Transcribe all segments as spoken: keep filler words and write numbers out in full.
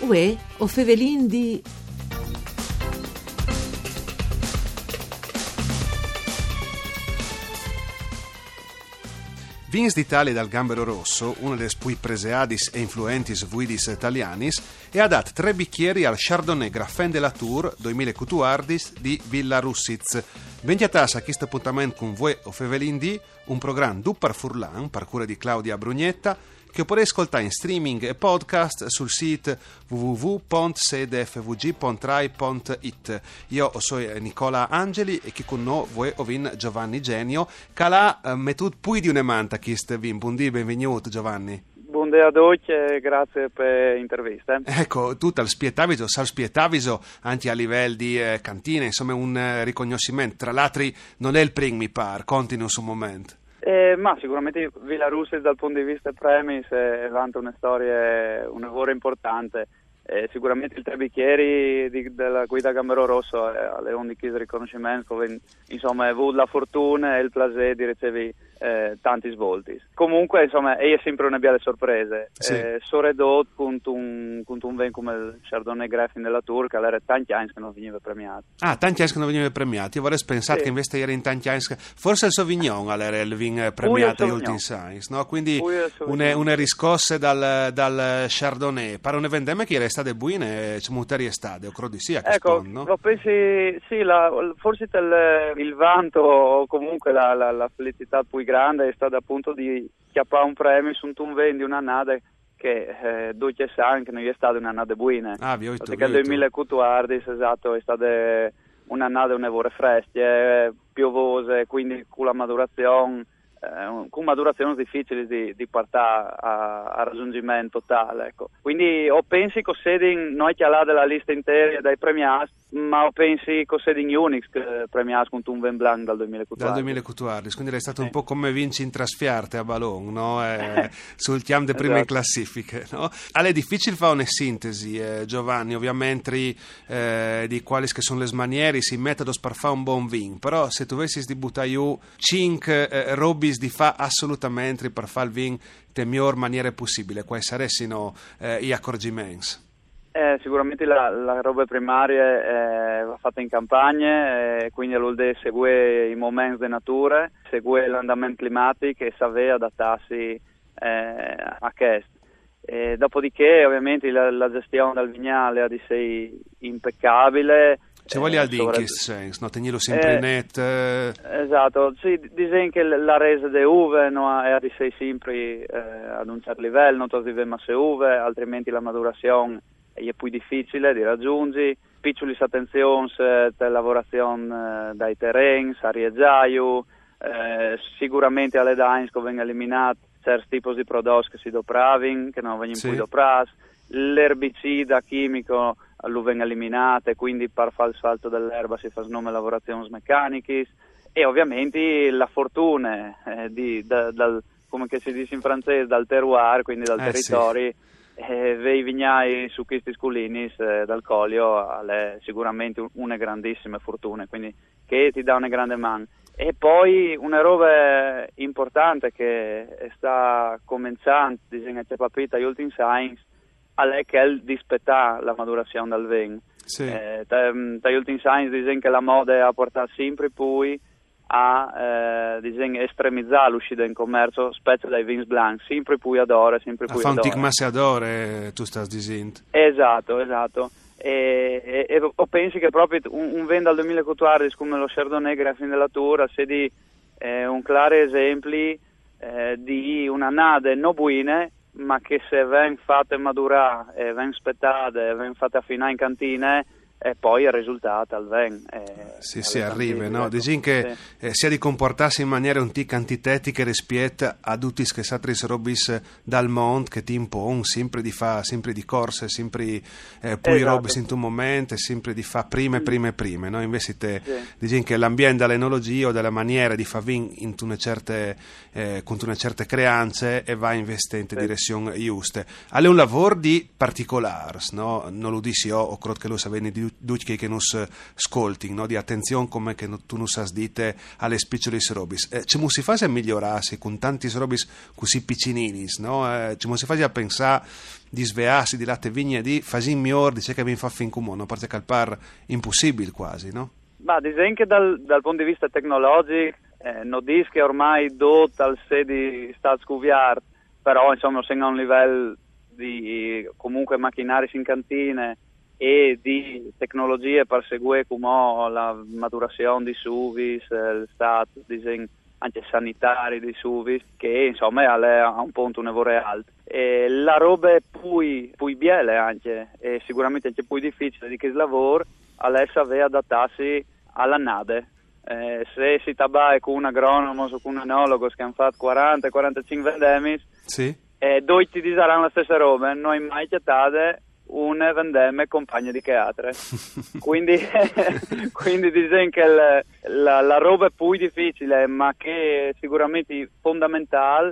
Uè, o fevelin di... Vins d'Italia dal Gambero Rosso, una delle pui preseadis e influentis vuidis italianis, e ha dato tre bicchieri al Chardonnay Graffin de la Tour duemilaquattordici di Villa Russiz. Vendiatas a questo appuntamento con voi o Fevelin di un programma du par Furlan, par cura di Claudia Brugnetta, che potete ascoltare in streaming e podcast sul sito w w w punto sedefvg punto rai punto it. Io sono Nicola Angeli e chi con noi voi ovin Giovanni Genio, che ha eh, mettut pui di una manta chiste vin. Buondì, benvenuto Giovanni. Buongiorno a tutti e grazie per l'intervista. Ecco, tu al spietaviso, sal spietaviso anche a livello di eh, cantine, insomma un eh, riconoscimento. Tra l'altro non è il primo, mi pare, continua un momento. Eh, ma sicuramente Villa Russiz dal punto di vista premis è vanta una storia, un lavoro importante. Eh, sicuramente il tre bicchieri di, della guida Gambero Rosso è alle onde di riconoscimento, insomma, ha avuto la fortuna e il piacere di ricevere eh, tanti svolti. Comunque, insomma, è sempre una bella sorpresa. Sì. Eh, Soredot con un, con un ven come il Chardonnay Graffin della Tour, che era tanti anni che non veniva premiato. Ah, tanti anni che non veniva premiato. Io vorrei pensare sì. che invece era in tanti anni, forse il Sauvignon era il vin premiato agli ultimi anni, no? Quindi una, una riscosse dal, dal Chardonnay. Pare un vendemme che resta de buine, c'è muteri estate, o credo di sia. Ecco, no? lo pensi, sì, la, forse il, il vanto o comunque la, la, la felicità più grande è stata appunto di chiappare un premio su un vendi una nade che eh, due sanno che non è stata una nade buina. Ah, vi ho detto, perché il duemilaquattordici, esatto, è stata una nade un'evore fresche, piovose, quindi con la maturazione Eh, con maturazioni difficili di, di portare a, a raggiungimento totale, ecco. Quindi o pensi che sedin noi che là della lista intera dai premiati, ma o pensi che sedin Unix che premiati con un vin blanc dal duemilaquattordici. Dal duemilaquattordici, quindi è stato sì. un po' come vinci in trasfiarte a Ballon, no? Eh, sul chiam de prime esatto. classifiche, no? Allora è difficile fare una sintesi, eh, Giovanni, ovviamente eh, di quali che sono le maniere, si metodo per fare un buon vin, però se tu avessi di buttare giù cinque eh, robi di fa assolutamente per fare il vin te miglior maniera possibile, quali sarebbero eh, gli accorgimenti? Eh, sicuramente la, la roba primaria eh, va fatta in campagne, eh, quindi vuol dire seguire i momenti di natura, seguire l'andamento climatico e sapere adattarsi eh, a questo. E dopodiché ovviamente la, la gestione del vignale ha di sé impeccabile. Ci voglia eh, dire in questo senso, no? Tenerlo sempre eh, net. Eh. Esatto, sì, dicono che la resa delle uve no, è di sé sempre eh, ad un certo livello, non tutti le masse uve, altrimenti la maturazione è più difficile di raggiungere. Piccoli attenzioni per lavorazione eh, dai terreni, arieggiaio, eh, sicuramente alle dines che vengono eliminati certi tipi di prodotti che si dopravano, che non vengono sì. più doprati, l'erbicida chimico lo vengono eliminate, quindi per fare il salto dell'erba si fa nome lavorazioni meccaniche e ovviamente la fortuna eh, di, da, dal, come che si dice in francese, dal terroir, quindi dal eh, territorio, sì. eh, vei vignai su questi sculini eh, dal Collio è sicuramente una grandissima fortuna, quindi che ti dà una grande mano. E poi una roba importante che sta cominciando, disegna c'è papita agli ultimi science, è che è il dispettare la maturazione del vino. Sì. Eh, dagli ultimi anni dicono che la moda ha portato sempre più a eh, estremizzare l'uscita in commercio, specie dai vins blanc, sempre più ad ore, sempre più ad ore. A fa un tic masse ad ore, tu stai dicendo. Esatto, esatto. E, e, e o pensi che proprio un, un vin dal duemilaquattordici come lo Chardonnay Graffin della Tour sia eh, un chiaro esempio eh, di una nade non buona, ma che se ven fatte madurare e ven spettate e ven fatte affinare in cantine e poi il risultato al ven eh, sì sì arriva, no? Ecco. Dici che sì. eh, sia di comportarsi in maniera un tic antitetica rispetto a tutti che satris robis dal mondo che ti impon sempre di fa sempre di corse sempre eh, poi esatto. robis in un momento sempre di fa prime prime prime, no? Invece te sì. dici che l'ambiente dell'enologia o della maniera di fa vin in una certe eh, con una certe creanze e va investente in sì. direzione giuste. È un lavoro di particolars, no? Non lo dici io o credo che lo sapete di tutti che nos ascolti, no? Di attenzione come che tu non sai dite alle piccole robis. Eh, ci si fa a migliorarsi con tanti robis così piccinini, no? Eh, ci si fa a pensare di svearsi di latte vigne di fasin mior dice che vi fa fin comune, non parte calpar impossibile quasi, no? Ma disegno che dal, dal punto di vista tecnologico eh, non dico che ormai dot al sedi sta scuviar, però insomma siamo a un livello di comunque macchinari in cantine e di tecnologie per seguire come la maturazione di suvis, il stato disegno anche sanitari di suvis, che insomma è a un punto un evore alto. E la roba è poi, poi biele anche, e sicuramente anche più difficile di che lavoro, adesso avere adattarsi alla nade. Eh, se si tabai con un agronomo o con un enologo che hanno fatto quaranta quarantacinque vendemmi, sì. eh, due ti disaranno la stessa roba, noi mai chiatate un vendemme compagno di che altre. quindi quindi disegno che il, la, la roba è più difficile, ma che sicuramente fondamentale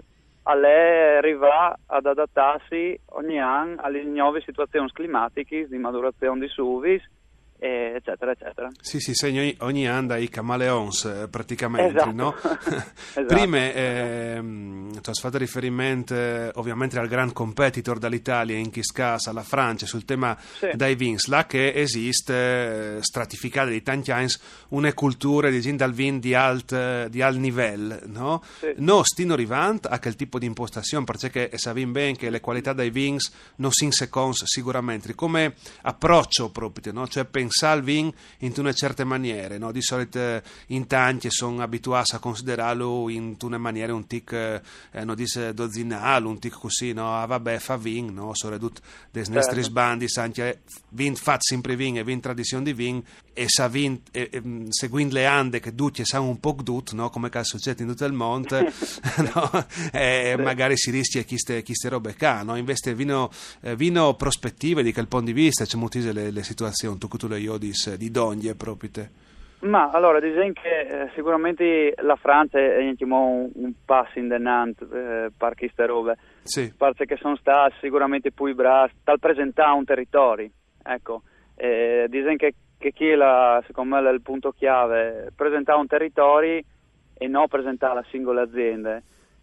è arrivare ad adattarsi ogni anno alle nuove situazioni climatiche di maturazione di suvis, eccetera eccetera. Sì, sì, segno ogni, ogni anno i camaleons eh, praticamente, esatto. no? esatto. Prima ehm, tu hai fatto riferimento eh, ovviamente al gran competitor dall'Italia in questo caso alla Francia sul tema sì. dei vins, là che esiste eh, stratificata di tanti anni una cultura di gin dal vin di alt di alt livello, no? Sì. No, stino rivant a quel tipo di impostazione perché sappiamo bene che le qualità dei vins non si seconds sicuramente come approccio proprio, no? Cioè pensare al vin in una certa maniera, no? Di solito in tanti sono abituati a considerarlo in una maniera un tic eh, non dice dozzinale, un tic così, no? Ah, vabbè, fa vin, no? Sono tutti dei nostri sbandi, anche vin fa sempre vin e vin tradizione di vin e sa vin e, e, seguendo le ande che tutti sanno un po' dut, no? Come che succede in tutto il mondo, no? E sì. Magari si rischia queste robe qua, no? Invece vino, eh, vino prospettive di quel punto di vista, c'è molte le, le situazioni, tu che tu le iodis di donne proprio te. Ma allora, disegno che eh, sicuramente la Francia è un, un passo in denant eh, per queste robe, sì. Perché sono stati sicuramente più bravi dal presentare un territorio, ecco, eh, disegno che, che chi è la, secondo me è il punto chiave, presentare un territorio e non presentare la singola azienda.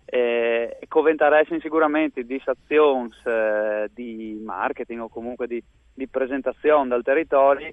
E eh, coventaresi sicuramente di azioni eh, di marketing o comunque di, di presentazione del territorio,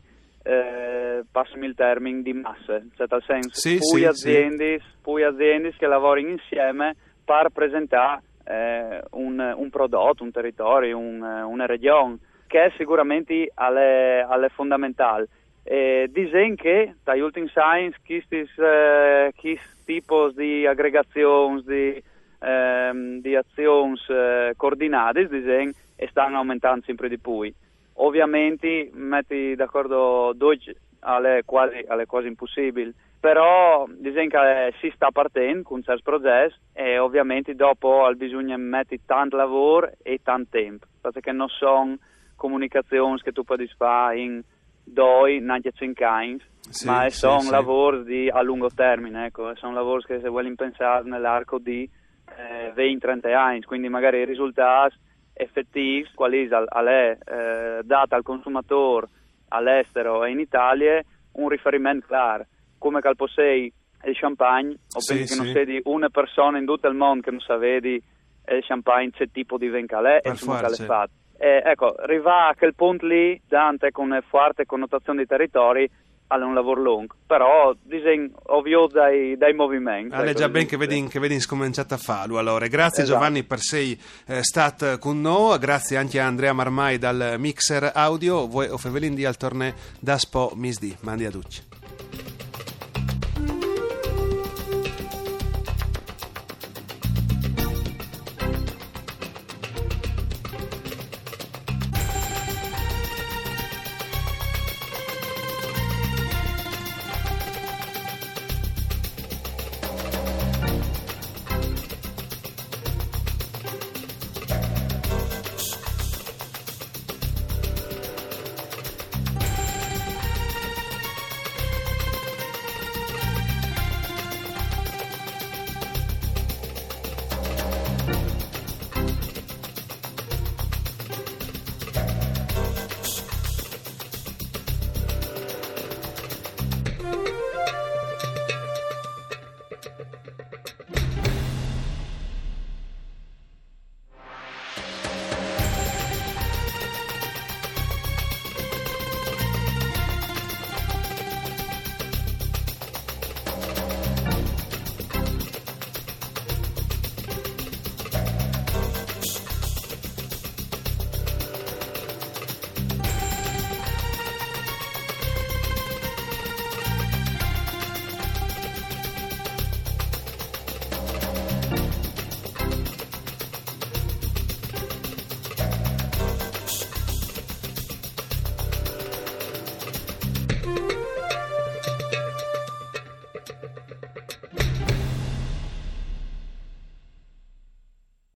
eh, passami il termine, di masse, cioè tal senso sì, poi sì, aziende, sì. poi aziende che lavorano insieme per presentare eh, un, un prodotto, un territorio, un, una regione, che è sicuramente alle, alle fondamentali. Eh, disegno che dagli ultimi science questi eh, tipi di aggregazioni di Ehm, di azioni eh, coordinate disegno e stanno aumentando sempre di più. Ovviamente metti d'accordo due alle quasi, alle quasi impossibili, però disegno che eh, si sta partendo con certi progetti e ovviamente dopo al bisogna mettere tanto lavoro e tanto tempo, perché non sono comunicazioni che tu puoi fare in due, neanche cinque anni, sì, ma sì, sono sì. lavori di, a lungo termine, ecco, sono lavori che se vogliono pensare nell'arco di eh, venti trenta anni, quindi magari i risultati effettivi, quali sono eh, dati al consumatore all'estero e in Italia, un riferimento chiaro, come che possei il champagne, o sì, penso che sì. non sia di una persona in tutto il mondo che non sa vedi il champagne che tipo di vin calè e come calè fatto. Eh, ecco, arriva a quel punto lì, Dante con una forte connotazione di territori, è un lavoro lungo, però disegno ovvio dai, dai movimenti. È già ben che vedi, che vedi scominciato a farlo. Allora, grazie esatto. Giovanni per sei eh, stato con noi, grazie anche a Andrea Marmai dal Mixer Audio, voi o Fevelin di al torneo da Spo Misdi, mandi a tutti.